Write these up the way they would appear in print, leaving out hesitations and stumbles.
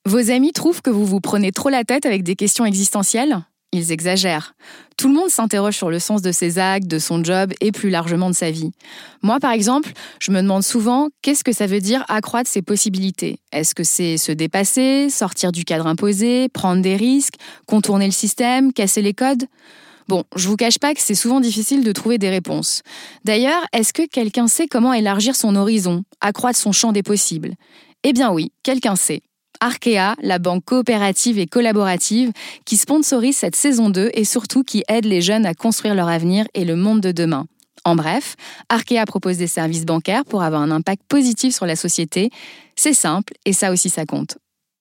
Vos amis trouvent que vous vous prenez trop la tête avec des questions existentielles ? Ils exagèrent. Tout le monde s'interroge sur le sens de ses actes, de son job et plus largement de sa vie. Moi, par exemple, je me demande souvent qu'est-ce que ça veut dire accroître ses possibilités ? Est-ce que c'est se dépasser, sortir du cadre imposé, prendre des risques, contourner le système, casser les codes ? Bon, je vous cache pas que c'est souvent difficile de trouver des réponses. D'ailleurs, est-ce que quelqu'un sait comment élargir son horizon, accroître son champ des possibles ? Eh bien oui, quelqu'un sait. Arkea, la banque coopérative et collaborative qui sponsorise cette saison 2 et surtout qui aide les jeunes à construire leur avenir et le monde de demain. En bref, Arkea propose des services bancaires pour avoir un impact positif sur la société. C'est simple et ça aussi ça compte.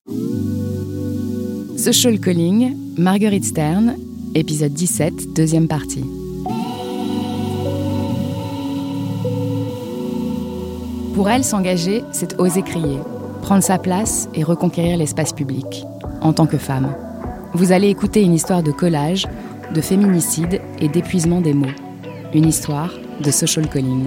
Social Calling, Marguerite Stern, épisode 17, deuxième partie. Pour elle, s'engager, c'est oser crier. Prendre sa place et reconquérir l'espace public, en tant que femme. Vous allez écouter une histoire de collage, de féminicide et d'épuisement des mots. Une histoire de social calling.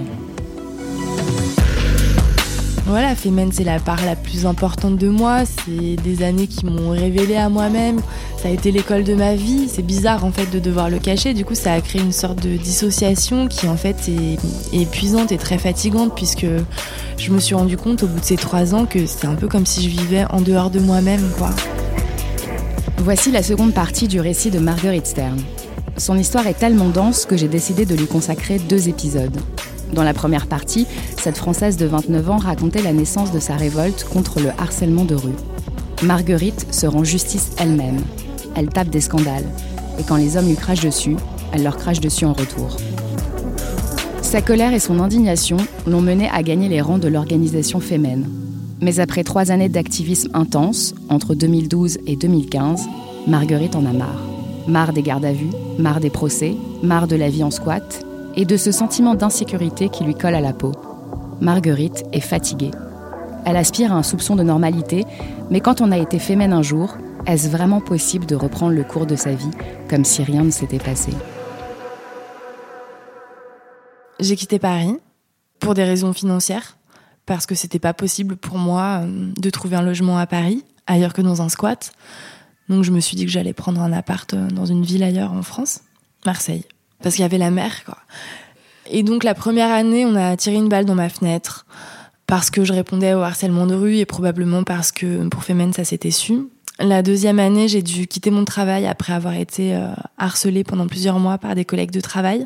Voilà, Femen, c'est la part la plus importante de moi. C'est des années qui m'ont révélée à moi-même. Ça a été l'école de ma vie. C'est bizarre, en fait, de devoir le cacher. Du coup, ça a créé une sorte de dissociation qui, en fait, est épuisante et très fatigante puisque je me suis rendu compte, au bout de ces 3 ans, que c'était un peu comme si je vivais en dehors de moi-même, quoi. Voici la seconde partie du récit de Marguerite Stern. Son histoire est tellement dense que j'ai décidé de lui consacrer 2 épisodes. Dans la première partie, cette Française de 29 ans racontait la naissance de sa révolte contre le harcèlement de rue. Marguerite se rend justice elle-même. Elle tape des scandales. Et quand les hommes lui crachent dessus, elle leur crache dessus en retour. Sa colère et son indignation l'ont menée à gagner les rangs de l'organisation Femen. Mais après 3 années d'activisme intense, entre 2012 et 2015, Marguerite en a marre. Marre des gardes à vue, marre des procès, marre de la vie en squat et de ce sentiment d'insécurité qui lui colle à la peau. Marguerite est fatiguée. Elle aspire à un soupçon de normalité, mais quand on a été Femen un jour, est-ce vraiment possible de reprendre le cours de sa vie comme si rien ne s'était passé ? J'ai quitté Paris pour des raisons financières, parce que c'était pas possible pour moi de trouver un logement à Paris, ailleurs que dans un squat. Donc je me suis dit que j'allais prendre un appart dans une ville ailleurs en France, Marseille. Parce qu'il y avait la mer, quoi. Et donc, la première année, on a tiré une balle dans ma fenêtre parce que je répondais au harcèlement de rue et probablement parce que pour Femen, ça s'était su. La deuxième année, j'ai dû quitter mon travail après avoir été harcelée pendant plusieurs mois par des collègues de travail.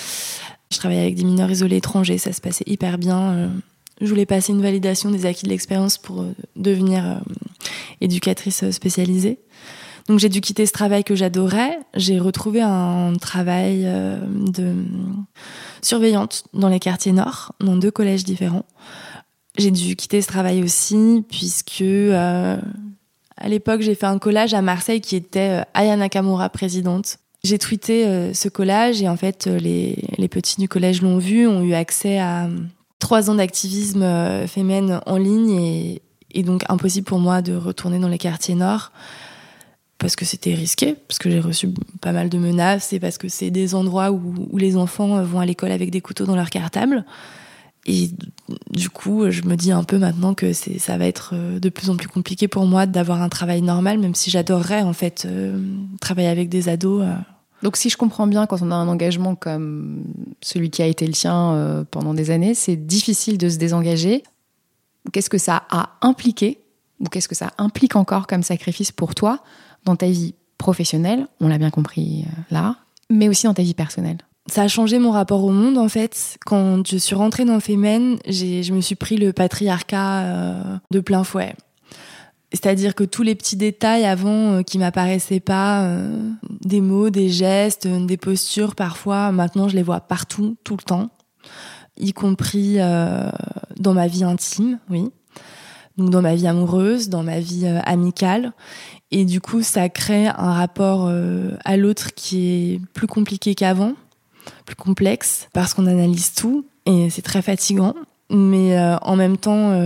Je travaillais avec des mineurs isolés étrangers, ça se passait hyper bien. Je voulais passer une validation des acquis de l'expérience pour devenir éducatrice spécialisée. Donc j'ai dû quitter ce travail que j'adorais. J'ai retrouvé un travail de surveillante dans les quartiers nord, dans 2 collèges différents. J'ai dû quitter ce travail aussi puisque à l'époque j'ai fait un collage à Marseille qui était Aya Nakamura présidente. J'ai tweeté ce collage et en fait les petits du collège l'ont vu, ont eu accès à 3 ans d'activisme Femen en ligne et donc impossible pour moi de retourner dans les quartiers nord. Parce que c'était risqué, parce que j'ai reçu pas mal de menaces et parce que c'est des endroits où les enfants vont à l'école avec des couteaux dans leur cartable. Et du coup, je me dis un peu maintenant que ça va être de plus en plus compliqué pour moi d'avoir un travail normal, même si j'adorerais en fait travailler avec des ados. Donc si je comprends bien, quand on a un engagement comme celui qui a été le tien pendant des années, c'est difficile de se désengager. Qu'est-ce que ça a impliqué, ou qu'est-ce que ça implique encore comme sacrifice pour toi dans ta vie professionnelle, on l'a bien compris là, mais aussi dans ta vie personnelle? Ça a changé mon rapport au monde, en fait. Quand je suis rentrée dans Femen, je me suis pris le patriarcat de plein fouet. C'est-à-dire que tous les petits détails avant qui m'apparaissaient pas, des mots, des gestes, des postures, parfois, maintenant je les vois partout, tout le temps, y compris dans ma vie intime, oui. Donc dans ma vie amoureuse, dans ma vie amicale. Et du coup, ça crée un rapport à l'autre qui est plus compliqué qu'avant, plus complexe, parce qu'on analyse tout, et c'est très fatigant. Mais en même temps,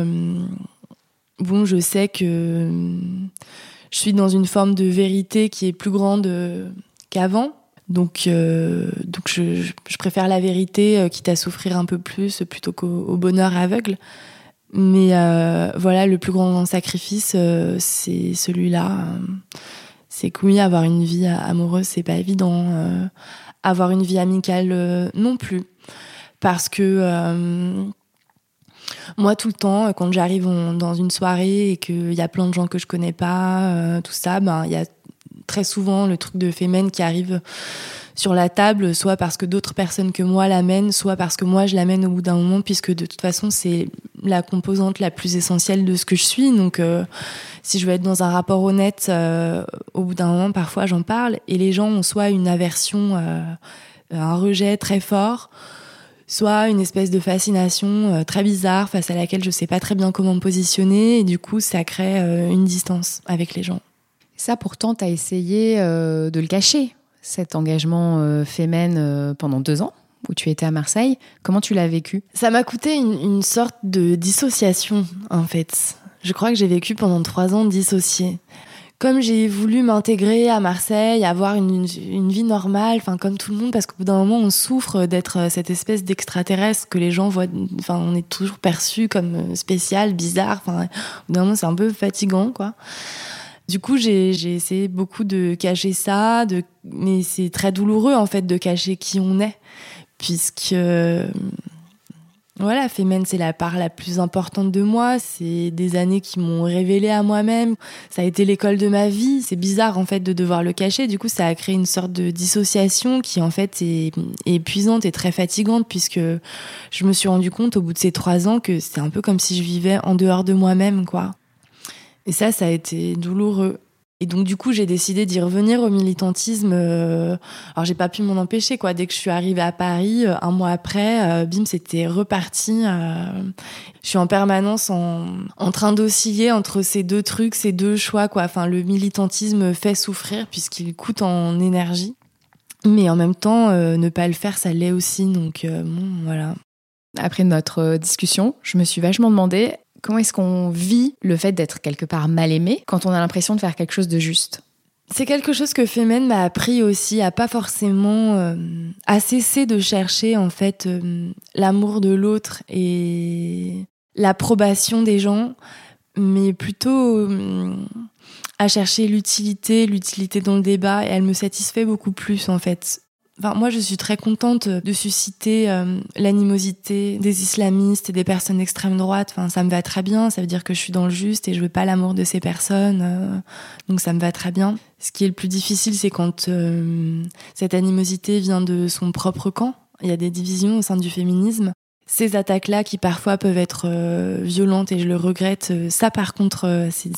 bon, je sais que je suis dans une forme de vérité qui est plus grande qu'avant. Donc je préfère la vérité, quitte à souffrir un peu plus, plutôt qu'au bonheur aveugle. Mais voilà, le plus grand sacrifice, c'est celui-là. C'est que oui, avoir une vie amoureuse, c'est pas évident. Avoir une vie amicale non plus. Parce que moi, tout le temps, quand j'arrive dans une soirée et qu'il y a plein de gens que je connais pas, tout ça, il y a très souvent le truc de Femen qui arrive sur la table, soit parce que d'autres personnes que moi l'amènent, soit parce que moi je l'amène au bout d'un moment, puisque de toute façon c'est la composante la plus essentielle de ce que je suis. Donc si je veux être dans un rapport honnête, au bout d'un moment parfois j'en parle, et les gens ont soit une aversion, un rejet très fort, soit une espèce de fascination très bizarre face à laquelle je sais pas très bien comment me positionner, et du coup ça crée une distance avec les gens. Ça pourtant t'as essayé de le cacher, cet engagement Femen pendant 2 ans où tu étais à Marseille. Comment tu l'as vécu ? Ça m'a coûté une sorte de dissociation, en fait. Je crois que j'ai vécu pendant 3 ans dissociée. Comme j'ai voulu m'intégrer à Marseille, avoir une vie normale, comme tout le monde, parce qu'au bout d'un moment, on souffre d'être cette espèce d'extraterrestre que les gens voient. On est toujours perçu comme spécial, bizarre. Au bout d'un moment, c'est un peu fatigant, quoi. Du coup, j'ai essayé beaucoup de cacher ça, mais c'est très douloureux, en fait, de cacher qui on est. Puisque, voilà, Femen, c'est la part la plus importante de moi. C'est des années qui m'ont révélée à moi-même. Ça a été l'école de ma vie. C'est bizarre, en fait, de devoir le cacher. Du coup, ça a créé une sorte de dissociation qui, en fait, est épuisante et très fatigante, puisque je me suis rendu compte, au bout de ces 3 ans, que c'était un peu comme si je vivais en dehors de moi-même, quoi. Et ça a été douloureux. Et donc, du coup, j'ai décidé d'y revenir au militantisme. Alors, j'ai pas pu m'en empêcher, quoi. Dès que je suis arrivée à Paris, 1 mois après, bim, c'était reparti. Je suis en permanence en train d'osciller entre ces 2 trucs, ces 2 choix, quoi. Le militantisme fait souffrir puisqu'il coûte en énergie. Mais en même temps, ne pas le faire, ça l'est aussi. Donc, voilà. Après notre discussion, je me suis vachement demandé comment est-ce qu'on vit le fait d'être quelque part mal aimé quand on a l'impression de faire quelque chose de juste. C'est quelque chose que Femen m'a appris aussi, à pas forcément à cesser de chercher en fait l'amour de l'autre et l'approbation des gens, mais plutôt à chercher l'utilité dans le débat, et elle me satisfait beaucoup plus en fait. Moi, je suis très contente de susciter l'animosité des islamistes et des personnes d'extrême droite. Ça me va très bien. Ça veut dire que je suis dans le juste et je veux pas l'amour de ces personnes. Donc, ça me va très bien. Ce qui est le plus difficile, c'est quand cette animosité vient de son propre camp. Il y a des divisions au sein du féminisme. Ces attaques-là, qui parfois peuvent être violentes, et je le regrette, ça, par contre, c'est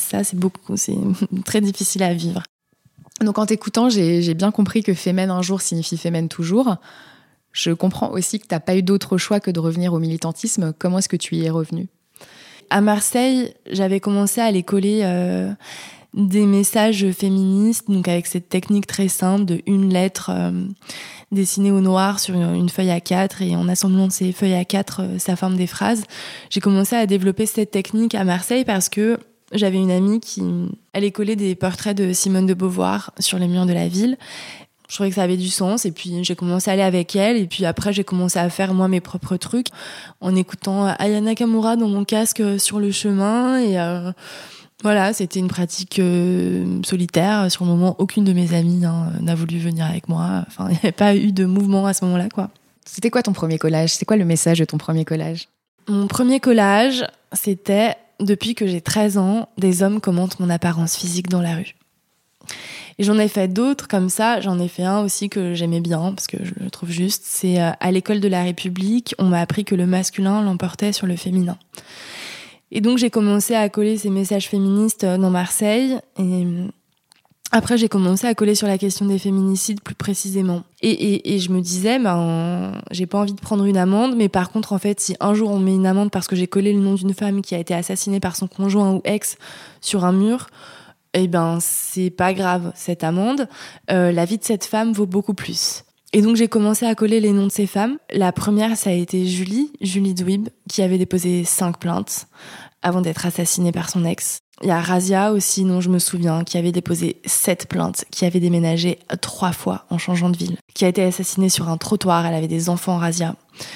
très difficile à vivre. Donc en t'écoutant, j'ai bien compris que Femen un jour signifie Femen toujours. Je comprends aussi que t'as pas eu d'autre choix que de revenir au militantisme. Comment est-ce que tu y es revenue ? À Marseille, j'avais commencé à aller coller des messages féministes, donc avec cette technique très simple de une lettre dessinée au noir sur une feuille A4, et en assemblant ces feuilles A4, ça forme des phrases. J'ai commencé à développer cette technique à Marseille parce que j'avais une amie qui allait coller des portraits de Simone de Beauvoir sur les murs de la ville. Je trouvais que ça avait du sens, et puis j'ai commencé à aller avec elle, et puis après j'ai commencé à faire moi mes propres trucs en écoutant Aya Nakamura dans mon casque sur le chemin, et voilà, c'était une pratique solitaire. Sur le moment, aucune de mes amies n'a voulu venir avec moi. Il n'y avait pas eu de mouvement à ce moment-là, quoi. C'était quoi ton premier collage ? C'est quoi le message de ton premier collage ? Mon premier collage, c'était: depuis que j'ai 13 ans, des hommes commentent mon apparence physique dans la rue. Et j'en ai fait d'autres comme ça. J'en ai fait un aussi que j'aimais bien, parce que je le trouve juste. C'est à l'école de la République, on m'a appris que le masculin l'emportait sur le féminin. Et donc j'ai commencé à coller ces messages féministes dans Marseille. Et après, j'ai commencé à coller sur la question des féminicides plus précisément. Et je me disais, j'ai pas envie de prendre une amende, mais par contre, en fait, si un jour on met une amende parce que j'ai collé le nom d'une femme qui a été assassinée par son conjoint ou ex sur un mur, c'est pas grave, cette amende. La vie de cette femme vaut beaucoup plus. Et donc, j'ai commencé à coller les noms de ces femmes. La première, ça a été Julie Dwib, qui avait déposé 5 plaintes avant d'être assassinée par son ex. Il y a Razia aussi, dont je me souviens, qui avait déposé 7 plaintes, qui avait déménagé 3 fois en changeant de ville, qui a été assassinée sur un trottoir. Elle avait des enfants, Razia.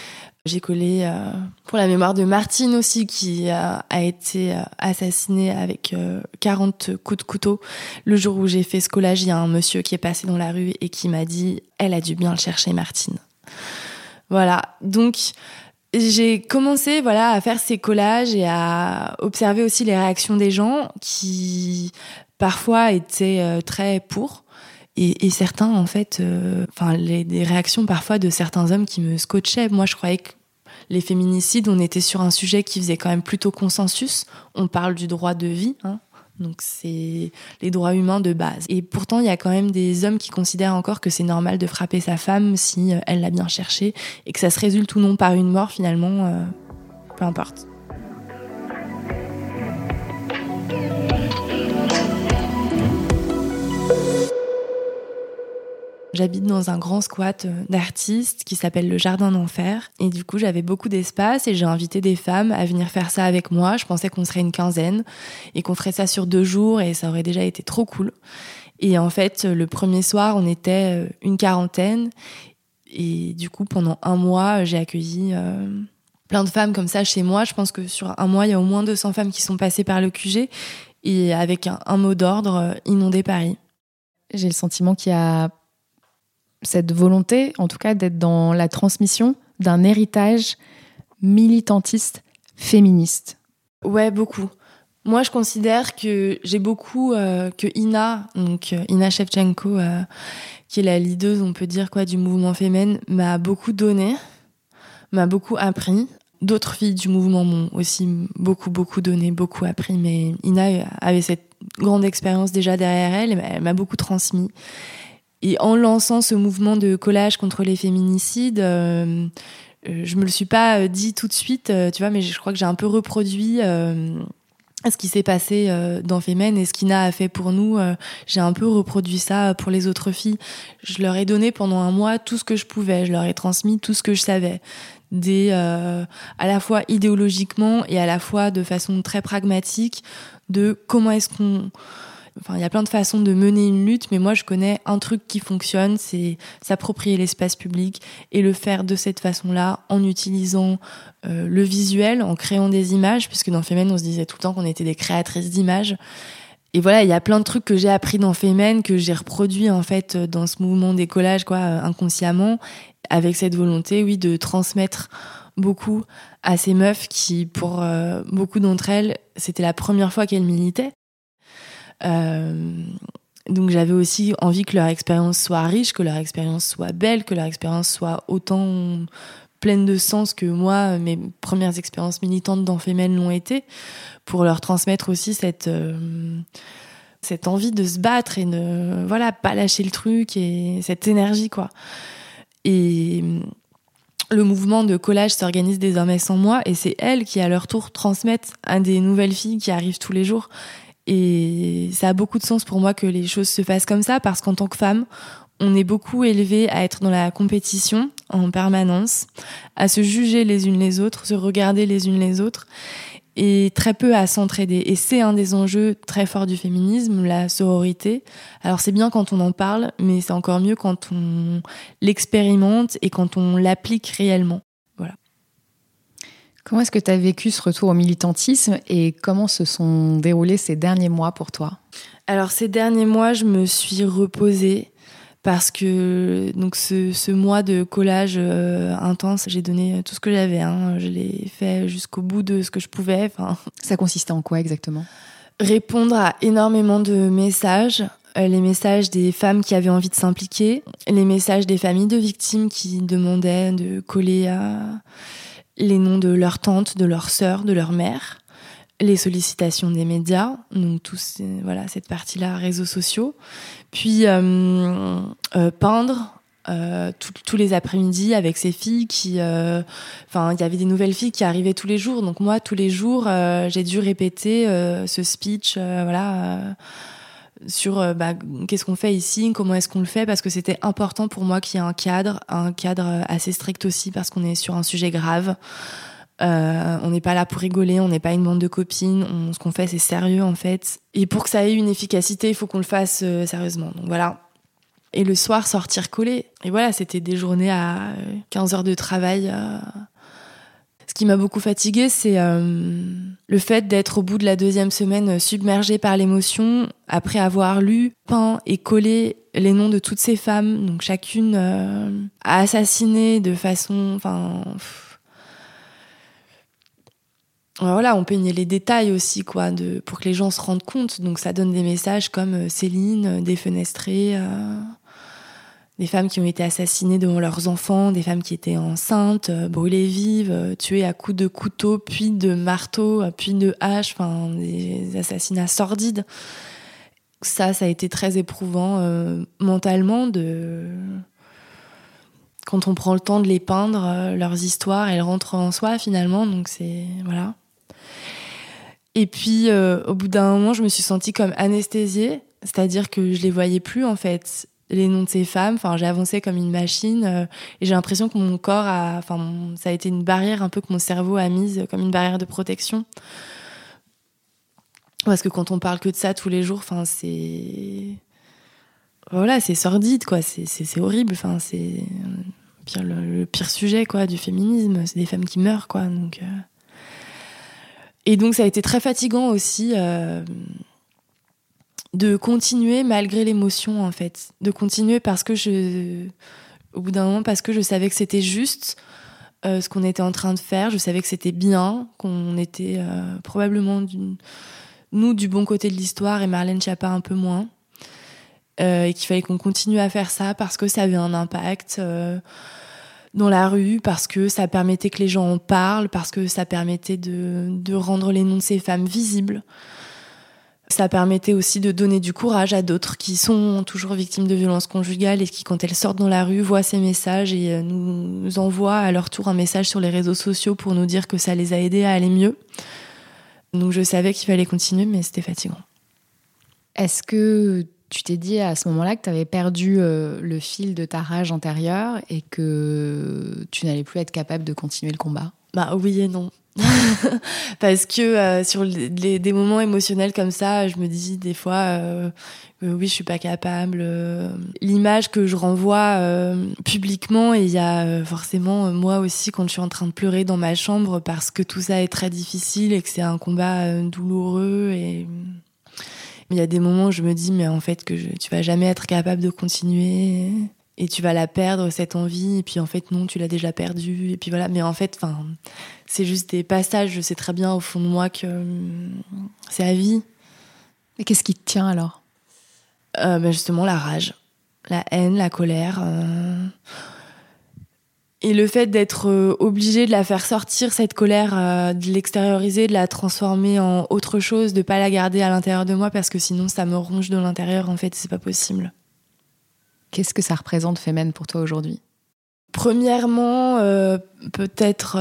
J'ai collé pour la mémoire de Martine aussi, qui a été assassinée avec 40 coups de couteau. Le jour où j'ai fait ce collage, il y a un monsieur qui est passé dans la rue et qui m'a dit « Elle a dû bien le chercher, Martine ». Voilà, donc j'ai commencé à faire ces collages et à observer aussi les réactions des gens qui parfois étaient très pour. Et certains, en fait, des réactions parfois de certains hommes qui me scotchaient. Moi, je croyais que les féminicides, on était sur un sujet qui faisait quand même plutôt consensus. On parle du droit de vie, donc c'est les droits humains de base. Et pourtant, il y a quand même des hommes qui considèrent encore que c'est normal de frapper sa femme si elle l'a bien cherché, et que ça se résulte ou non par une mort, finalement, peu importe. J'habite dans un grand squat d'artistes qui s'appelle le Jardin d'Enfer. Et du coup, j'avais beaucoup d'espace et j'ai invité des femmes à venir faire ça avec moi. Je pensais qu'on serait une quinzaine et qu'on ferait ça sur 2 jours et ça aurait déjà été trop cool. Et en fait, le premier soir, on était une quarantaine. Et du coup, pendant 1 mois, j'ai accueilli plein de femmes comme ça chez moi. Je pense que sur 1 mois, il y a au moins 200 femmes qui sont passées par le QG et avec un mot d'ordre, inonder Paris. J'ai le sentiment qu'il y a cette volonté, en tout cas, d'être dans la transmission d'un héritage militantiste féministe. Ouais, beaucoup. Moi, je considère que j'ai beaucoup que Ina Shevchenko, qui est la leaduse, on peut dire du mouvement féminin, m'a beaucoup donné, m'a beaucoup appris. D'autres filles du mouvement m'ont aussi beaucoup donné, beaucoup appris, mais Ina avait cette grande expérience déjà derrière elle, et elle m'a beaucoup transmis. Et en lançant ce mouvement de collage contre les féminicides, je me le suis pas dit tout de suite, tu vois, mais je crois que j'ai un peu reproduit ce qui s'est passé dans Femen et ce qu'Ina a fait pour nous. J'ai un peu reproduit ça pour les autres filles. Je leur ai donné pendant 1 mois tout ce que je pouvais. Je leur ai transmis tout ce que je savais. À la fois idéologiquement et à la fois de façon très pragmatique de comment est-ce qu'on... Enfin, il y a plein de façons de mener une lutte, mais moi, je connais un truc qui fonctionne, c'est s'approprier l'espace public et le faire de cette façon-là, en utilisant le visuel, en créant des images, puisque dans Femen, on se disait tout le temps qu'on était des créatrices d'images. Et voilà, il y a plein de trucs que j'ai appris dans Femen, que j'ai reproduit, en fait, dans ce mouvement des collages, inconsciemment, avec cette volonté, oui, de transmettre beaucoup à ces meufs qui, pour beaucoup d'entre elles, c'était la première fois qu'elles militaient. Donc j'avais aussi envie que leur expérience soit riche, que leur expérience soit belle, que leur expérience soit autant pleine de sens que moi, mes premières expériences militantes dans Femen l'ont été, pour leur transmettre aussi cette envie de se battre et ne pas lâcher le truc, et cette énergie Et le mouvement de collage s'organise désormais sans moi, et c'est elles qui à leur tour transmettent à des nouvelles filles qui arrivent tous les jours. Et ça a beaucoup de sens pour moi que les choses se fassent comme ça, parce qu'en tant que femme, on est beaucoup élevées à être dans la compétition en permanence, à se juger les unes les autres, se regarder les unes les autres, et très peu à s'entraider. Et c'est un des enjeux très forts du féminisme, la sororité. Alors c'est bien quand on en parle, mais c'est encore mieux quand on l'expérimente et quand on l'applique réellement. Comment est-ce que tu as vécu ce retour au militantisme et comment se sont déroulés ces derniers mois pour toi ? Alors ces derniers mois, je me suis reposée parce que donc ce mois de collage intense, j'ai donné tout ce que j'avais. Je l'ai fait jusqu'au bout de ce que je pouvais. Ça consistait en quoi exactement ? Répondre à énormément de messages. Les messages des femmes qui avaient envie de s'impliquer, les messages des familles de victimes qui demandaient de coller les noms de leurs tantes, de leurs sœurs, de leurs mères, les sollicitations des médias, donc cette partie-là, réseaux sociaux, puis peindre tous les après-midi avec ces filles qui... il y avait des nouvelles filles qui arrivaient tous les jours, donc moi, tous les jours, j'ai dû répéter ce speech, sur qu'est-ce qu'on fait ici, comment est-ce qu'on le fait, parce que c'était important pour moi qu'il y ait un cadre assez strict aussi, parce qu'on est sur un sujet grave. On n'est pas là pour rigoler, on n'est pas une bande de copines, ce qu'on fait c'est sérieux en fait. Et pour que ça ait une efficacité, il faut qu'on le fasse sérieusement. Donc voilà. Et le soir, sortir coller. Et voilà, c'était des journées à 15 heures de travail Ce qui m'a beaucoup fatiguée, c'est le fait d'être au bout de la 2e semaine submergée par l'émotion, après avoir lu, peint et collé les noms de toutes ces femmes, donc chacune assassinée de façon... Voilà, on peignait les détails aussi, quoi, pour que les gens se rendent compte. Donc ça donne des messages comme Céline, défenestrée, des femmes qui ont été assassinées devant leurs enfants, des femmes qui étaient enceintes, brûlées vives, tuées à coups de couteau, puis de marteau, puis de hache, des assassinats sordides. Ça a été très éprouvant mentalement quand on prend le temps de les peindre, leurs histoires, elles rentrent en soi finalement, donc c'est... Voilà. Et puis, au bout d'un moment, je me suis sentie comme anesthésiée, c'est-à-dire que je les voyais plus, en fait, les noms de ces femmes. J'ai avancé comme une machine, et j'ai l'impression que mon corps ça a été une barrière un peu que mon cerveau a mise comme une barrière de protection. Parce que quand on parle que de ça tous les jours, c'est... Voilà, c'est sordide, quoi. C'est horrible, c'est le pire sujet, quoi, du féminisme. C'est des femmes qui meurent, quoi, donc... Et donc ça a été très fatigant aussi de continuer malgré l'émotion, en fait. De continuer au bout d'un moment, parce que je savais que c'était juste ce qu'on était en train de faire. Je savais que c'était bien, qu'on était probablement nous du bon côté de l'histoire et Marlène Schiappa un peu moins. Et qu'il fallait qu'on continue à faire ça parce que ça avait un impact... dans la rue, parce que ça permettait que les gens en parlent, parce que ça permettait de rendre les noms de ces femmes visibles. Ça permettait aussi de donner du courage à d'autres qui sont toujours victimes de violences conjugales et qui, quand elles sortent dans la rue, voient ces messages et nous envoient à leur tour un message sur les réseaux sociaux pour nous dire que ça les a aidés à aller mieux. Donc je savais qu'il fallait continuer, mais c'était fatigant. Est-ce que tu t'es dit à ce moment-là que tu avais perdu le fil de ta rage intérieure et que tu n'allais plus être capable de continuer le combat ? Oui et non. Parce que sur des moments émotionnels comme ça, je me dis des fois oui, je suis pas capable. L'image que je renvoie publiquement, et il y a forcément moi aussi quand je suis en train de pleurer dans ma chambre parce que tout ça est très difficile et que c'est un combat douloureux et... Il y a des moments où je me dis, mais en fait, tu vas jamais être capable de continuer et tu vas la perdre, cette envie. Et puis, en fait, non, tu l'as déjà perdue. Et puis voilà. Mais en fait, c'est juste des passages. Je sais très bien au fond de moi que c'est la vie. Et qu'est-ce qui te tient alors ? Justement, la rage, la haine, la colère. Et le fait d'être obligée de la faire sortir, cette colère, de l'extérioriser, de la transformer en autre chose, de pas la garder à l'intérieur de moi, parce que sinon ça me ronge de l'intérieur, en fait, c'est pas possible. Qu'est-ce que ça représente Femen pour toi aujourd'hui ? Premièrement, peut-être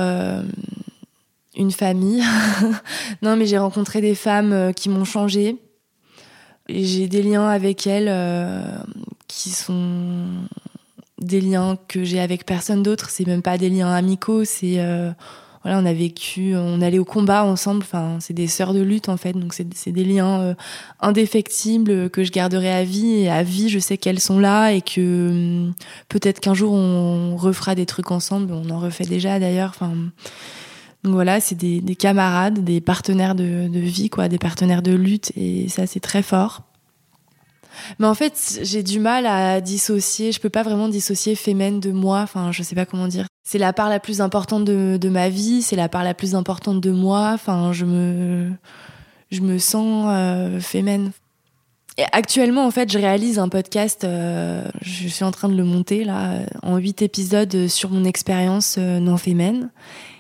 une famille. Non, mais j'ai rencontré des femmes qui m'ont changée. Et j'ai des liens avec elles qui sont... des liens que j'ai avec personne d'autre, c'est même pas des liens amicaux, c'est on a vécu, on allait au combat ensemble, c'est des sœurs de lutte en fait, donc c'est des liens indéfectibles que je garderai à vie, et à vie je sais qu'elles sont là et que peut-être qu'un jour on refera des trucs ensemble, on en refait déjà d'ailleurs, donc voilà, c'est des camarades, des partenaires de vie, quoi, des partenaires de lutte, et ça c'est très fort. Mais en fait, j'ai du mal à dissocier. Je peux pas vraiment dissocier Femen de moi. Je sais pas comment dire. C'est la part la plus importante de ma vie. C'est la part la plus importante de moi. Je me sens Femen. Et actuellement, en fait, je réalise un podcast. Je suis en train de le monter là, en 8 épisodes sur mon expérience non Femen.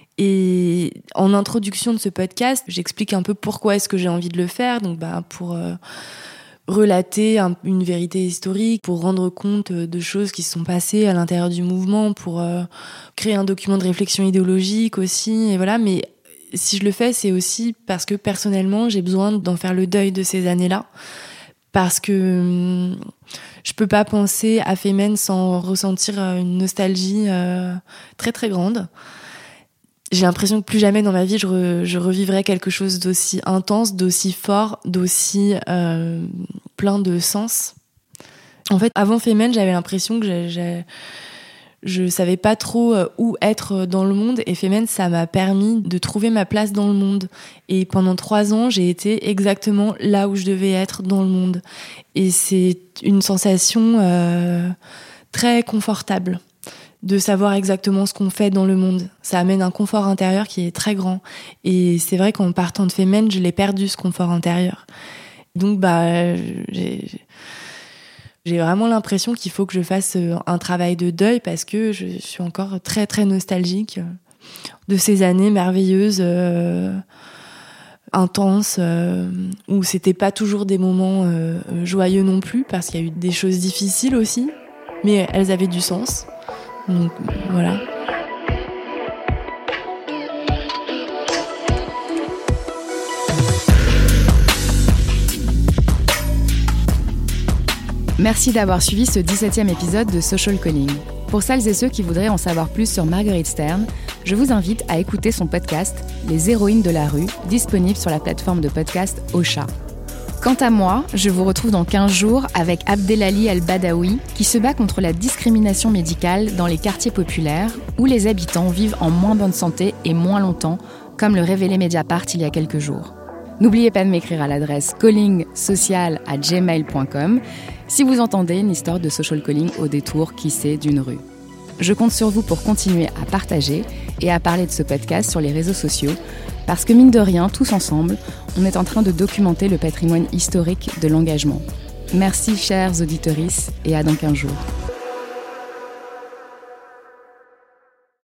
Et en introduction de ce podcast, j'explique un peu pourquoi est-ce que j'ai envie de le faire. Donc, pour relater une vérité historique, pour rendre compte de choses qui se sont passées à l'intérieur du mouvement, pour créer un document de réflexion idéologique aussi, et voilà. Mais si je le fais, c'est aussi parce que personnellement, j'ai besoin d'en faire le deuil de ces années-là, parce que je peux pas penser à Femen sans ressentir une nostalgie très très grande. J'ai l'impression que plus jamais dans ma vie, je revivrai quelque chose d'aussi intense, d'aussi fort, d'aussi plein de sens. En fait, avant Femen, j'avais l'impression que Je savais pas trop où être dans le monde et Femen, ça m'a permis de trouver ma place dans le monde. Et pendant 3 ans, j'ai été exactement là où je devais être dans le monde. Et c'est une sensation très confortable de savoir exactement ce qu'on fait dans le monde. Ça amène un confort intérieur qui est très grand. Et c'est vrai qu'en partant de Femen, je l'ai perdu, ce confort intérieur. Donc, j'ai vraiment l'impression qu'il faut que je fasse un travail de deuil parce que je suis encore très, très nostalgique de ces années merveilleuses, intenses, où c'était pas toujours des moments joyeux non plus parce qu'il y a eu des choses difficiles aussi, mais elles avaient du sens. Donc, voilà. Merci d'avoir suivi ce 17e épisode de Social Calling. Pour celles et ceux qui voudraient en savoir plus sur Marguerite Stern, je vous invite à écouter son podcast « Les héroïnes de la rue », disponible sur la plateforme de podcast Ocha. Quant à moi, je vous retrouve dans 15 jours avec Abdelali El-Badawi, qui se bat contre la discrimination médicale dans les quartiers populaires où les habitants vivent en moins bonne santé et moins longtemps, comme le révélait Mediapart il y a quelques jours. N'oubliez pas de m'écrire à l'adresse callingsocial@gmail.com si vous entendez une histoire de social calling au détour, qui sait, d'une rue. Je compte sur vous pour continuer à partager et à parler de ce podcast sur les réseaux sociaux, parce que mine de rien, tous ensemble, on est en train de documenter le patrimoine historique de l'engagement. Merci chers auditorices et à dans 15 jours.